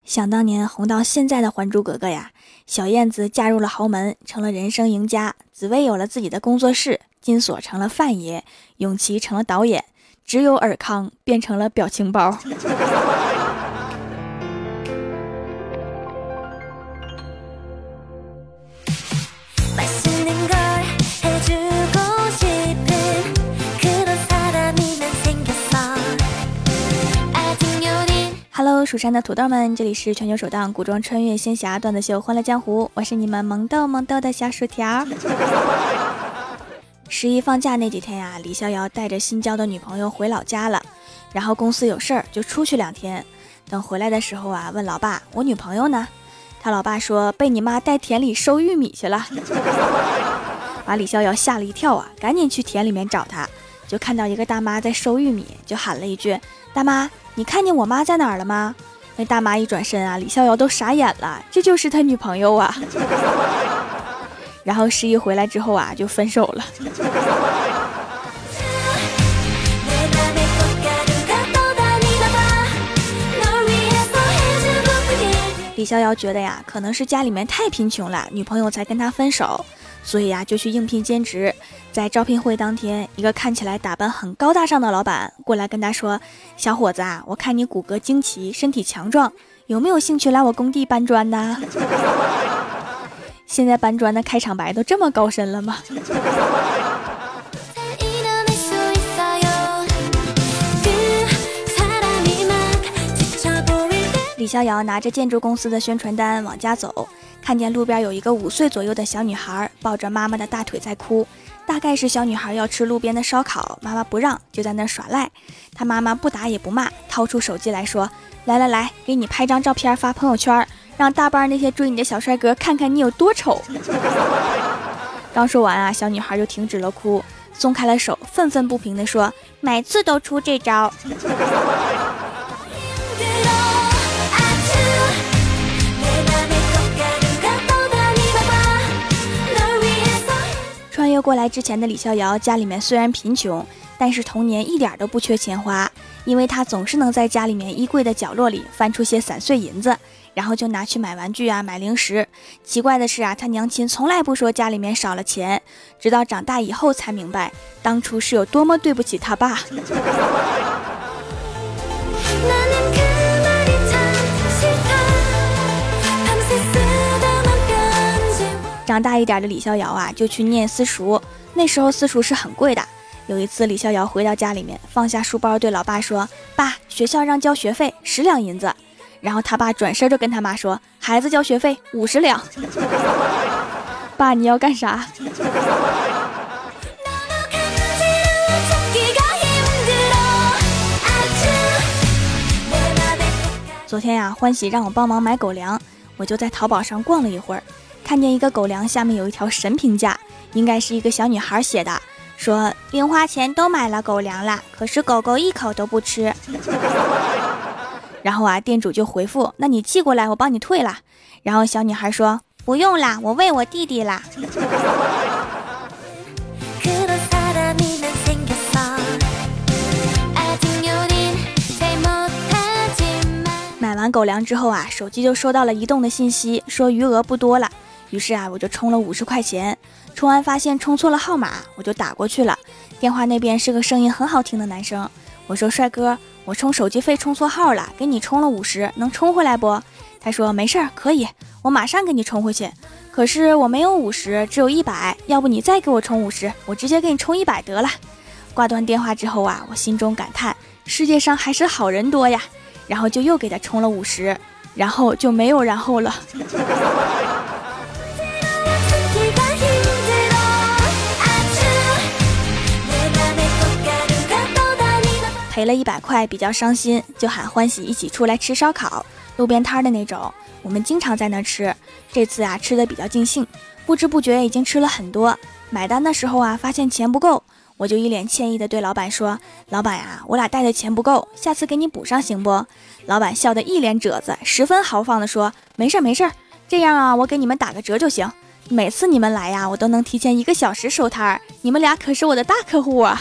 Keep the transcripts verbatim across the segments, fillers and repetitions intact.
想当年红到现在的《还珠格格》呀，小燕子嫁入了豪门，成了人生赢家；紫薇有了自己的工作室，金锁成了范爷，永琪成了导演，只有尔康变成了表情包。Hello， 蜀山的土豆们，这里是全球首档古装穿越仙侠段子秀《欢乐江湖》，我是你们萌豆萌豆的小薯条。十一放假那几天呀，李逍遥带着新交的女朋友回老家了，然后公司有事儿就出去两天。等回来的时候啊，问老爸：“我女朋友呢？”他老爸说：“被你妈带田里收玉米去了。”把李逍遥吓了一跳啊，赶紧去田里面找他，就看到一个大妈在收玉米，就喊了一句：“大妈，你看见我妈在哪儿了吗？”那大妈一转身啊，李逍遥都傻眼了，这就是他女朋友啊。然后十一回来之后啊，就分手了。李逍遥觉得呀，可能是家里面太贫穷了，女朋友才跟他分手，所以呀，就去应聘兼职。在招聘会当天，一个看起来打扮很高大上的老板过来跟他说：“小伙子啊，我看你骨骼惊奇，身体强壮，有没有兴趣来我工地搬砖呢？”现在搬砖的开场白都这么高深了吗？李逍遥拿着建筑公司的宣传单往家走，看见路边有一个五岁左右的小女孩抱着妈妈的大腿在哭，大概是小女孩要吃路边的烧烤，妈妈不让，就在那耍赖。她妈妈不打也不骂，掏出手机来说：“来来来，给你拍张照片发朋友圈，让大班那些追你的小帅哥看看你有多丑。”刚说完啊，小女孩就停止了哭，松开了手，愤愤不平地说：“每次都出这招。”穿越过来之前的李逍遥家里面虽然贫穷，但是童年一点都不缺钱花，因为他总是能在家里面衣柜的角落里翻出些散碎银子，然后就拿去买玩具啊，买零食。奇怪的是啊，他娘亲从来不说家里面少了钱，直到长大以后才明白，当初是有多么对不起他爸。长大一点的李逍遥啊，就去念私塾。那时候私塾是很贵的。有一次，李逍遥回到家里面，放下书包，对老爸说：“爸，学校让交学费十两银子。”然后他爸转身就跟他妈说：“孩子交学费五十两。”爸，你要干啥？昨天呀、啊，欢喜让我帮忙买狗粮，我就在淘宝上逛了一会儿。看见一个狗粮下面有一条神评价，应该是一个小女孩写的，说零花钱都买了狗粮了，可是狗狗一口都不吃。然后啊，店主就回复：“那你寄过来，我帮你退了。”然后小女孩说：“不用啦，我喂我弟弟啦。”买完狗粮之后啊，手机就收到了移动的信息，说余额不多了。于是啊，我就充了五十块钱，充完发现充错了号码，我就打过去了。电话那边是个声音很好听的男生，我说：“帅哥，我充手机费充错号了，给你充了五十，能充回来不？”他说：“没事儿，可以，我马上给你充回去。可是我没有五十，只有一百，要不你再给我充五十，我直接给你充一百得了。”挂断电话之后啊，我心中感叹，世界上还是好人多呀。然后就又给他充了五十，然后就没有然后了。赔了一百块，比较伤心，就喊欢喜一起出来吃烧烤，路边摊的那种，我们经常在那吃。这次啊，吃的比较尽兴，不知不觉已经吃了很多。买单的时候啊，发现钱不够，我就一脸歉意的对老板说：“老板呀、啊，我俩带的钱不够，下次给你补上行不？”老板笑得一脸褶子，十分豪放的说：“没事没事，这样啊，我给你们打个折就行。每次你们来呀、啊，我都能提前一个小时收摊儿，你们俩可是我的大客户啊。”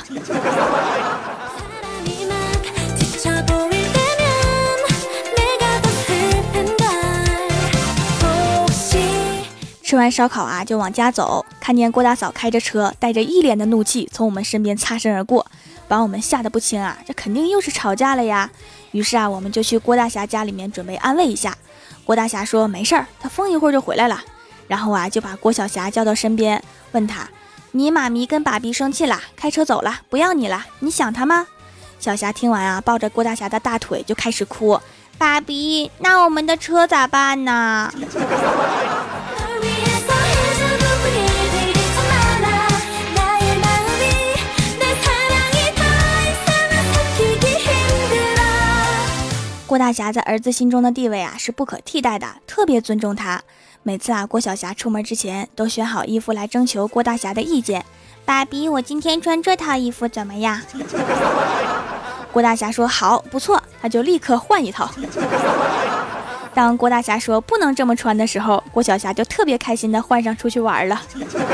吃完烧烤啊，就往家走，看见郭大嫂开着车，带着一脸的怒气从我们身边擦身而过，把我们吓得不轻啊！这肯定又是吵架了呀。于是啊，我们就去郭大侠家里面准备安慰一下。郭大侠说没事儿，他疯一会儿就回来了。然后啊，就把郭小霞叫到身边，问他：你妈咪跟爸比生气了，开车走了，不要你了，你想他吗？小霞听完啊，抱着郭大侠的大腿就开始哭：爸比，那我们的车咋办呢？郭大侠在儿子心中的地位啊是不可替代的，特别尊重他。每次啊，郭小霞出门之前都选好衣服来征求郭大侠的意见。爸比，我今天穿这套衣服怎么样？郭大侠说好，不错，他就立刻换一套。当郭大侠说不能这么穿的时候，郭小霞就特别开心的换上出去玩了。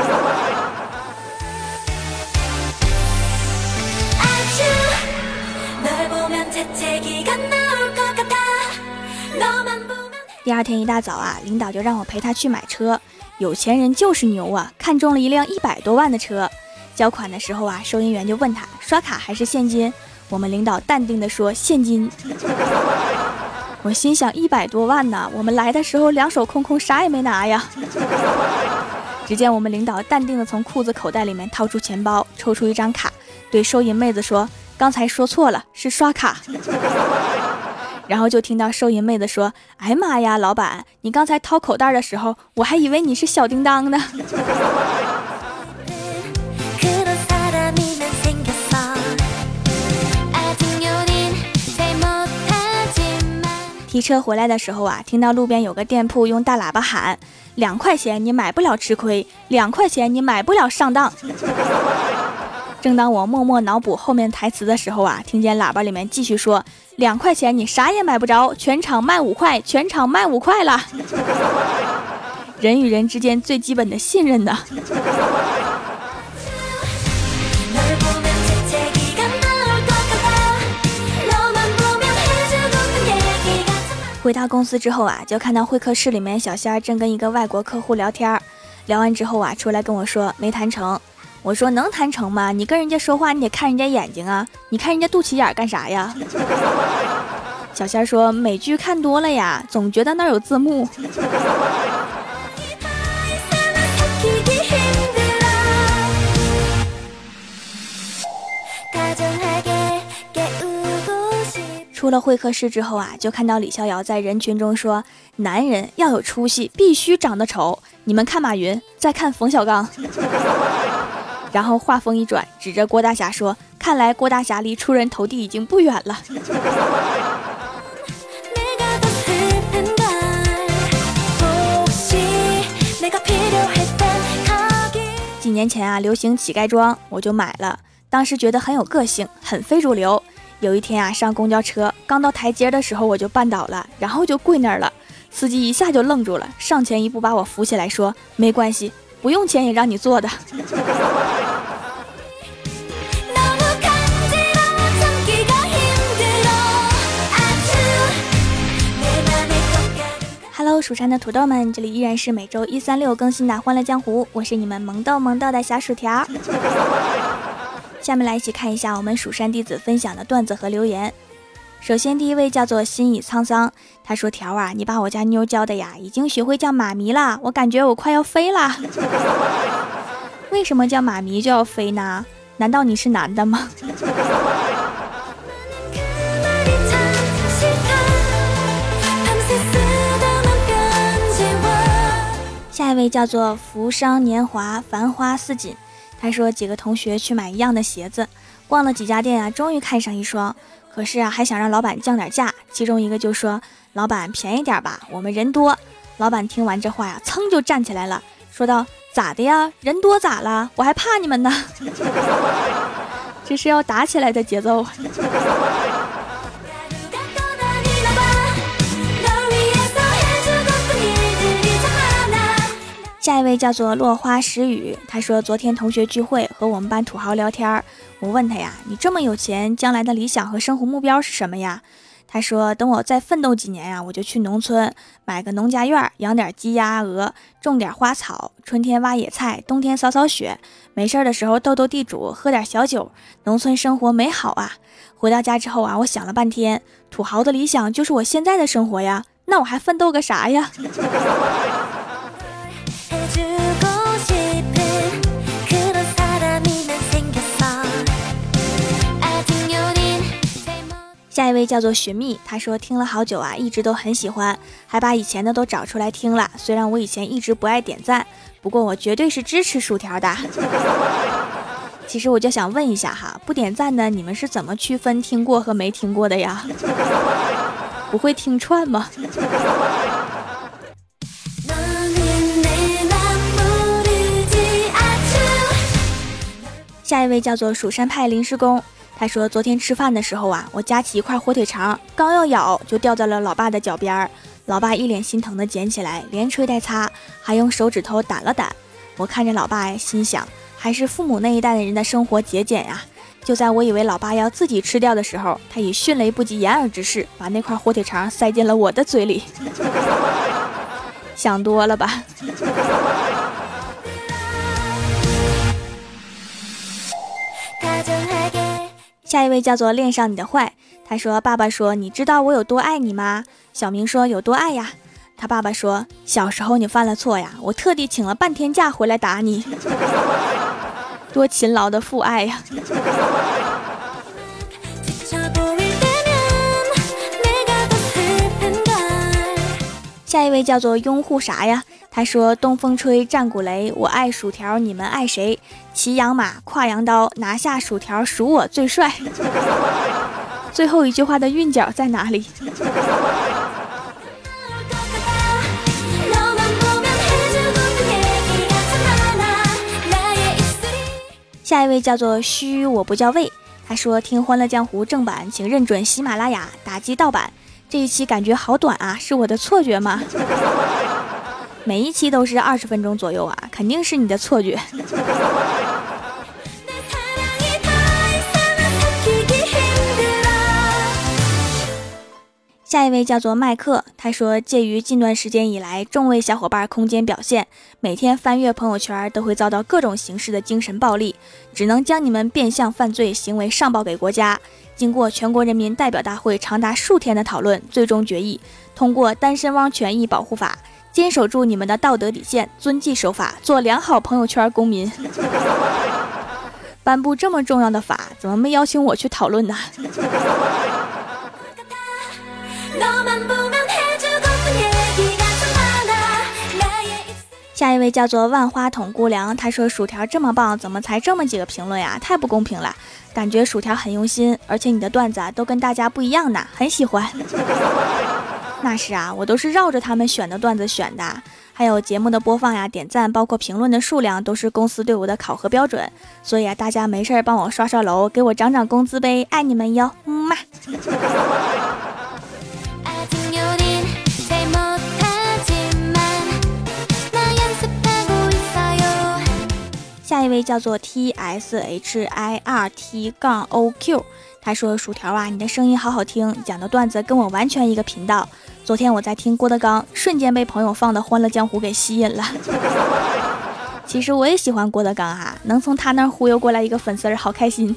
第二天一大早啊，领导就让我陪他去买车。有钱人就是牛啊，看中了一辆一百多万的车。交款的时候啊，收银员就问他刷卡还是现金。我们领导淡定地说现金。我心想一百多万呢，我们来的时候两手空空，啥也没拿呀。只见我们领导淡定地从裤子口袋里面掏出钱包，抽出一张卡，对收银妹子说刚才说错了，是刷卡。然后就听到收银妹子说：哎呀妈呀，老板，你刚才掏口袋的时候，我还以为你是小叮当呢。提车回来的时候啊，听到路边有个店铺用大喇叭喊：两块钱你买不了吃亏，两块钱你买不了上当。正当我默默脑补后面台词的时候啊，听见喇叭里面继续说：两块钱你啥也买不着，全场卖五块，全场卖五块了。人与人之间最基本的信任呢。回到公司之后啊，就看到会客室里面小仙儿正跟一个外国客户聊天，聊完之后啊，出来跟我说没谈成。我说能谈成吗？你跟人家说话你得看人家眼睛啊，你看人家肚脐眼干啥呀？小仙儿说美剧看多了呀，总觉得那儿有字幕。出了会客室之后啊，就看到李逍遥在人群中说：男人要有出息，必须长得丑。你们看马云，再看冯小刚。然后话锋一转，指着郭大侠说：看来郭大侠离出人头地已经不远了。几年前啊，流行乞丐装，我就买了，当时觉得很有个性，很非主流。有一天啊，上公交车，刚到台阶的时候我就绊倒了，然后就跪那儿了。司机一下就愣住了，上前一步把我扶起来说：没关系，不用钱也让你做的。Hello， 蜀山的土豆们，这里依然是每周一、三、六更新的《欢乐江湖》，我是你们萌豆萌豆的小薯条。下面来一起看一下我们蜀山弟子分享的段子和留言。首先第一位叫做心已沧桑，他说：条啊，你把我家妞教的呀，已经学会叫妈咪了，我感觉我快要飞了。为什么叫妈咪就要飞呢？难道你是男的吗？下一位叫做扶桑年华繁花似锦，他说几个同学去买一样的鞋子，逛了几家店啊，终于看上一双，可是啊还想让老板降点价，其中一个就说：老板便宜点吧，我们人多。老板听完这话呀，噌就站起来了，说道：咋的呀，人多咋了，我还怕你们呢。这是要打起来的节奏。下一位叫做落花时雨，他说昨天同学聚会和我们班土豪聊天，我问他呀，你这么有钱，将来的理想和生活目标是什么呀？ 他说等我再奋斗几年呀、啊，我就去农村买个农家院，养点鸡鸭鹅，种点花草，春天挖野菜，冬天扫扫雪，没事的时候斗斗地主，喝点小酒，农村生活美好啊。回到家之后啊，我想了半天，土豪的理想就是我现在的生活呀，那我还奋斗个啥呀？下一位叫做雪蜜，他说听了好久啊，一直都很喜欢，还把以前的都找出来听了。虽然我以前一直不爱点赞，不过我绝对是支持薯条的。其实我就想问一下哈，不点赞的你们是怎么区分听过和没听过的呀？不会听串吗？下一位叫做蜀山派临时工，他说昨天吃饭的时候啊，我夹起一块火腿肠，刚要咬就掉在了老爸的脚边儿，老爸一脸心疼的捡起来，连吹带擦，还用手指头掸了掸。我看着老爸，心想还是父母那一代的人的生活节俭呀。就在我以为老爸要自己吃掉的时候，他以迅雷不及掩耳之势把那块火腿肠塞进了我的嘴里。想多了吧。下一位叫做恋上你的坏，他说爸爸说你知道我有多爱你吗？小明说有多爱呀？他爸爸说小时候你犯了错呀，我特地请了半天假回来打你。多勤劳的父爱呀。下一位叫做拥护啥呀，他说东风吹战鼓擂，我爱薯条你们爱谁？骑养马挎羊刀，拿下薯条数我最帅。最后一句话的韵脚在哪里？下一位叫做虚我不叫魏，他说听欢乐江湖正版请认准喜马拉雅，打击盗版。这一期感觉好短啊，是我的错觉吗？每一期都是二十分钟左右啊，肯定是你的错觉。下一位叫做麦克，他说介于近段时间以来众位小伙伴空间表现，每天翻阅朋友圈都会遭到各种形式的精神暴力，只能将你们变相犯罪行为上报给国家。经过全国人民代表大会长达数天的讨论，最终决议通过单身汪权益保护法，坚守住你们的道德底线，遵纪守法，做良好朋友圈公民。颁布这么重要的法，怎么没邀请我去讨论呢？下一位叫做万花筒姑娘，她说薯条这么棒，怎么才这么几个评论呀？太不公平了，感觉薯条很用心，而且你的段子啊都跟大家不一样呢，很喜欢。那是啊，我都是绕着他们选的段子选的，还有节目的播放呀、点赞，包括评论的数量都是公司对我的考核标准，所以啊，大家没事帮我刷刷楼，给我涨涨工资呗，爱你们哟，嗯嘛。下一位叫做 T S H I R T 杠 O Q， 他说薯条啊，你的声音好好听，讲的段子跟我完全一个频道。昨天我在听郭德纲，瞬间被朋友放的《欢乐江湖》给吸引了。其实我也喜欢郭德纲哈，能从他那儿忽悠过来一个粉丝儿，好开心。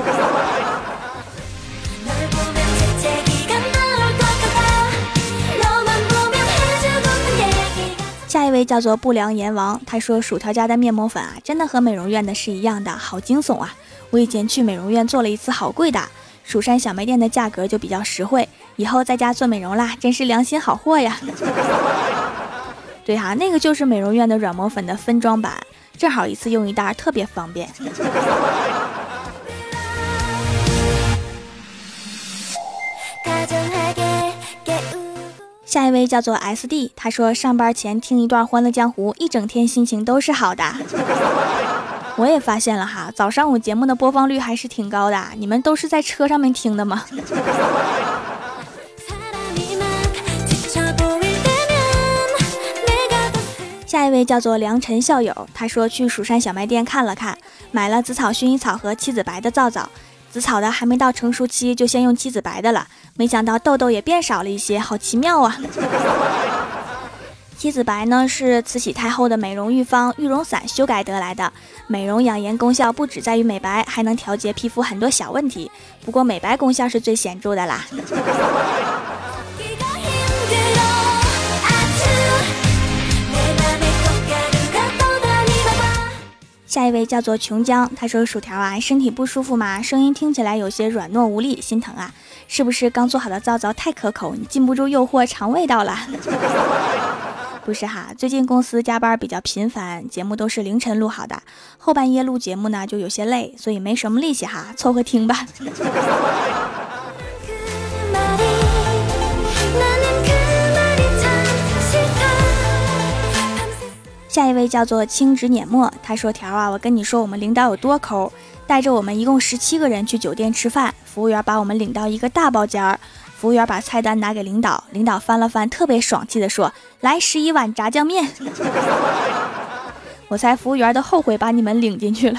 下一位叫做不良阎王，他说薯条家的面膜粉啊，真的和美容院的是一样的，好惊悚啊！我以前去美容院做了一次，好贵的。蜀山小卖店的价格就比较实惠，以后在家做美容啦，真是良心好货呀。对哈、啊，那个就是美容院的软膜粉的分装版，正好一次用一袋，特别方便。下一位叫做 S D， 他说上班前听一段欢乐江湖，一整天心情都是好的。我也发现了哈，早上我节目的播放率还是挺高的，你们都是在车上面听的吗？下一位叫做良辰校友，他说去蜀山小卖店看了看，买了紫草薰衣草和七子白的皂皂， 紫草的还没到成熟期就先用七子白的了，没想到痘痘也变少了一些，好奇妙啊。七子白呢是慈禧太后的美容御方玉容散修改得来的，美容养颜功效不只在于美白，还能调节皮肤很多小问题，不过美白功效是最显著的啦。下一位叫做琼江，他说薯条啊，身体不舒服吗？声音听起来有些软糯无力，心疼啊，是不是刚做好的皂皂太可口，你禁不住诱惑尝味道了？不是哈，最近公司加班比较频繁，节目都是凌晨录好的，后半夜录节目呢就有些累，所以没什么力气哈，凑合听吧。下一位叫做青纸碾墨，他说条啊，我跟你说我们领导有多抠，带着我们一共十七个人去酒店吃饭，服务员把我们领到一个大包间儿，服务员把菜单拿给领导，领导翻了翻，特别爽气的说，来十一碗炸酱面。我猜服务员都后悔把你们领进去了。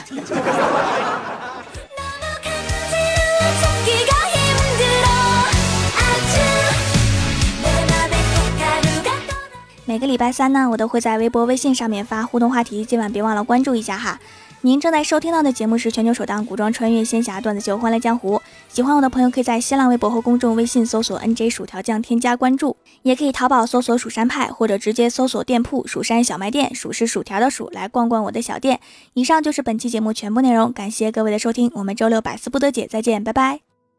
每个礼拜三呢，我都会在微博微信上面发互动话题，今晚别忘了关注一下哈。您正在收听到的节目是全球首档古装穿越仙侠段子秀《欢乐江湖》，喜欢我的朋友可以在新浪微博和公众微信搜索 N J 薯条酱添加关注，也可以淘宝搜索蜀山派，或者直接搜索店铺蜀山小卖店，蜀是薯条的蜀，来逛逛我的小店。以上就是本期节目全部内容，感谢各位的收听，我们周六百思不得解再见，拜拜。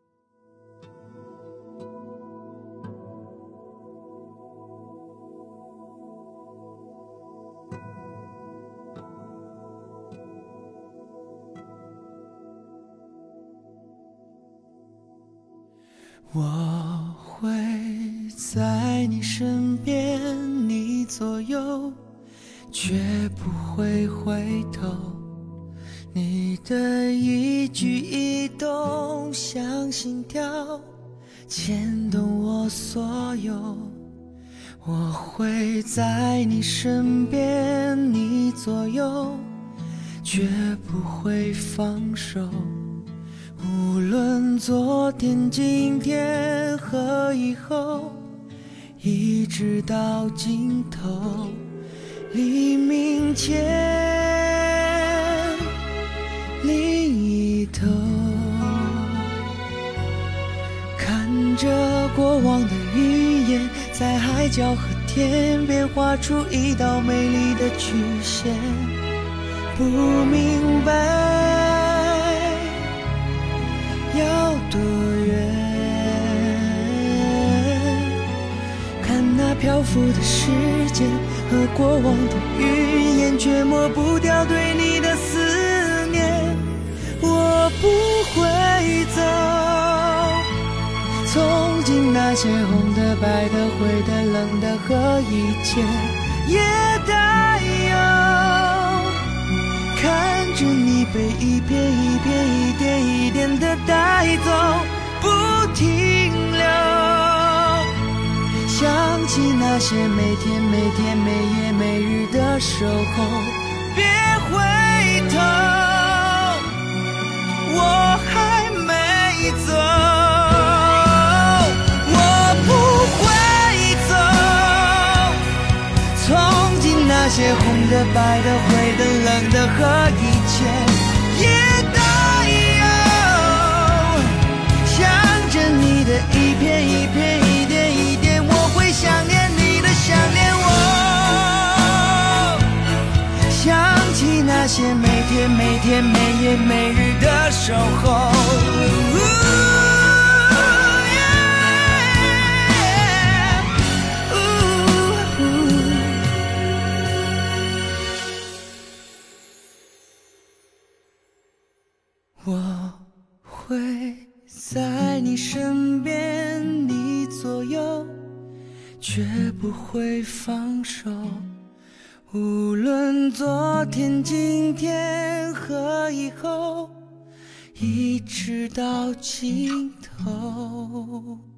我会在你身边，你左右，却不会回头。你的一举一动像心跳，牵动我所有。我会在你身边，你左右，绝不会放手。无论昨天、今天和以后，一直到尽头，黎明前另一头，看着过往的云烟，在海角和天边画出一道美丽的曲线。不明白要多远，看那漂浮的时间和过往的云烟，却抹不掉对你的思念。我不会走，从今那些红的、白的、灰的、冷的和一切也带有，看着你被一片一片、一点一点的带走，不停留。想起那些每天每天、每夜每日的守候，别回头，我还没走，我不会走，从今那些红的、白的、灰的、冷的和一切也带有，想着你的一片一片、一点一点，我会想念你的想念我，想起那些每天每天、每夜每日的守候。我会在你身边，你左右，绝不会放手。无论昨天、今天和以后，一直到尽头。